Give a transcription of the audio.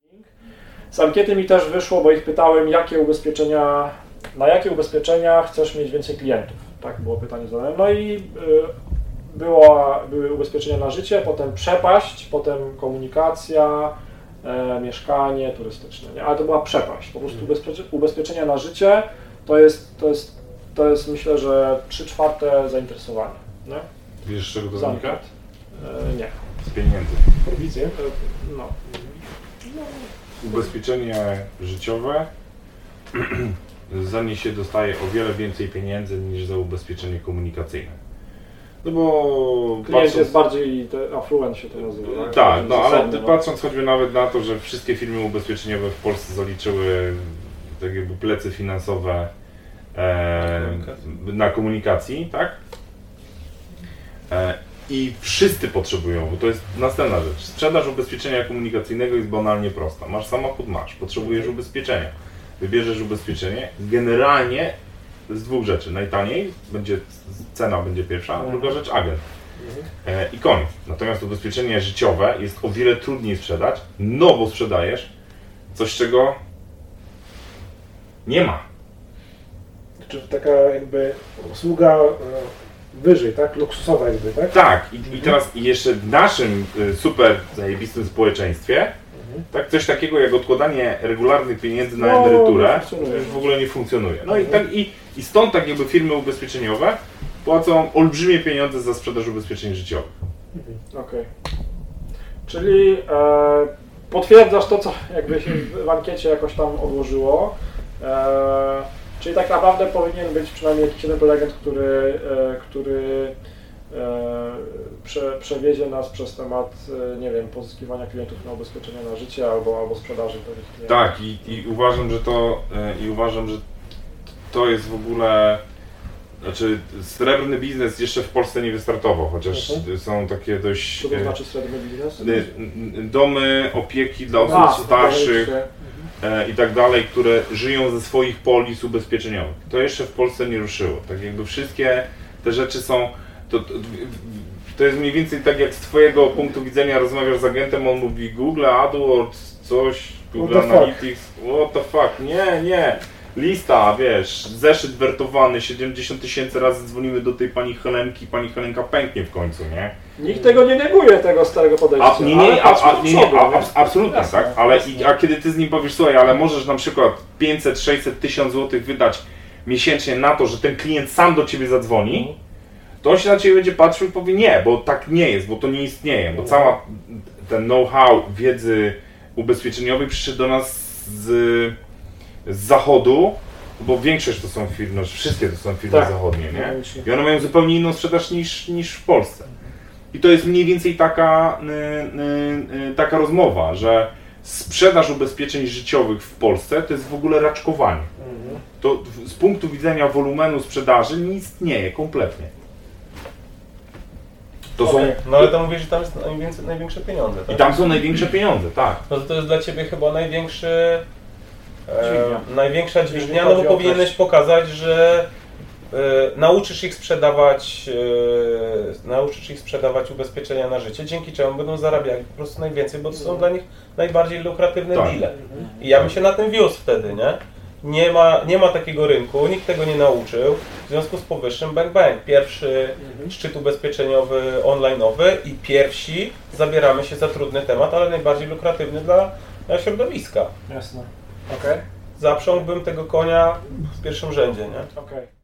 Z ankiety mi też wyszło, bo ich pytałem, na jakie ubezpieczenia chcesz mieć więcej klientów. Tak było pytanie zadane. No i były ubezpieczenia na życie, potem przepaść, potem komunikacja, mieszkanie turystyczne. Nie? Ale to była przepaść. Po prostu ubezpieczenia na życie to jest myślę, że 3/4 zainteresowania. Nie? Wiesz, z czego to wynika? Nie. Z pieniędzy. Prowizje? No. Ubezpieczenie życiowe za nie się dostaje o wiele więcej pieniędzy niż za ubezpieczenie komunikacyjne. No bo Klient jest bardziej affluent się to nazywa. Tak, no ale patrząc choćby nawet na to, że wszystkie firmy ubezpieczeniowe w Polsce zaliczyły tak jakby plecy finansowe na komunikacji, tak? I wszyscy potrzebują, bo to jest następna rzecz. Sprzedaż ubezpieczenia komunikacyjnego jest banalnie prosta. Masz samochód, potrzebujesz ubezpieczenia. Wybierzesz ubezpieczenie, generalnie z dwóch rzeczy. Najtaniej, cena będzie pierwsza, a druga rzecz agent. I koniec. Natomiast ubezpieczenie życiowe jest o wiele trudniej sprzedać, no bo sprzedajesz coś, czego nie ma. Czy taka jakby usługa wyżej, tak? Luksusowa jakby, tak? Tak, i teraz jeszcze w naszym super zajebistym społeczeństwie tak coś takiego jak odkładanie regularnych pieniędzy na emeryturę już w ogóle nie funkcjonuje. No i stąd tak jakby firmy ubezpieczeniowe płacą olbrzymie pieniądze za sprzedaż ubezpieczeń życiowych. Okej. Czyli potwierdzasz to, co jakby się w ankiecie jakoś tam odłożyło. Czyli tak naprawdę powinien być przynajmniej jakiś jeden prelegent, który przewiezie nas przez temat, nie wiem, pozyskiwania klientów na ubezpieczenia na życie albo sprzedaży do nich klientów. Tak, i uważam, że to jest w ogóle, znaczy srebrny biznes jeszcze w Polsce nie wystartował, chociaż są takie dość... Co to znaczy srebrny biznes? Domy opieki dla osób starszych i tak dalej, które żyją ze swoich polis ubezpieczeniowych. To jeszcze w Polsce nie ruszyło. Tak jakby wszystkie te rzeczy są... To jest mniej więcej tak jak z twojego punktu widzenia rozmawiasz z agentem, on mówi Google AdWords, coś, Google Analytics, what the fuck, nie, lista, wiesz, zeszyt wertowany, 70 000 razy dzwonimy do tej pani Helenki, pani Helenka pęknie w końcu, nie? Nikt tego nie neguje, tego starego podejścia. Absolutnie, jasne, tak, ale a kiedy ty z nim powiesz, słuchaj, ale możesz na przykład 500, 600, 1000 zł wydać miesięcznie na to, że ten klient sam do ciebie zadzwoni, to on się na ciebie będzie patrzył i powie nie, bo tak nie jest, bo to nie istnieje, bo cała ten know-how wiedzy ubezpieczeniowej przyszedł do nas z zachodu, bo większość to są firmy, wszystkie to są firmy zachodnie, nie? I one mają zupełnie inną sprzedaż niż w Polsce. I to jest mniej więcej taka rozmowa, że sprzedaż ubezpieczeń życiowych w Polsce to jest w ogóle raczkowanie. To z punktu widzenia wolumenu sprzedaży nie istnieje kompletnie. No ale to mówisz, że tam jest największe pieniądze, tak? I tam są największe pieniądze, tak. No to jest dla ciebie chyba największa dźwignia, no bo powinieneś pokazać, że nauczysz ich sprzedawać ubezpieczenia na życie, dzięki czemu będą zarabiali po prostu najwięcej, bo to są dla nich najbardziej lukratywne deale. I ja bym się na tym wiózł wtedy, nie? Nie ma takiego rynku, nikt tego nie nauczył, w związku z powyższym bang bang, pierwszy szczyt ubezpieczeniowy online'owy i pierwsi zabieramy się za trudny temat, ale najbardziej lukratywny dla środowiska. Jasne. Okej. Zaprzągłbym tego konia w pierwszym rzędzie, nie? Okej.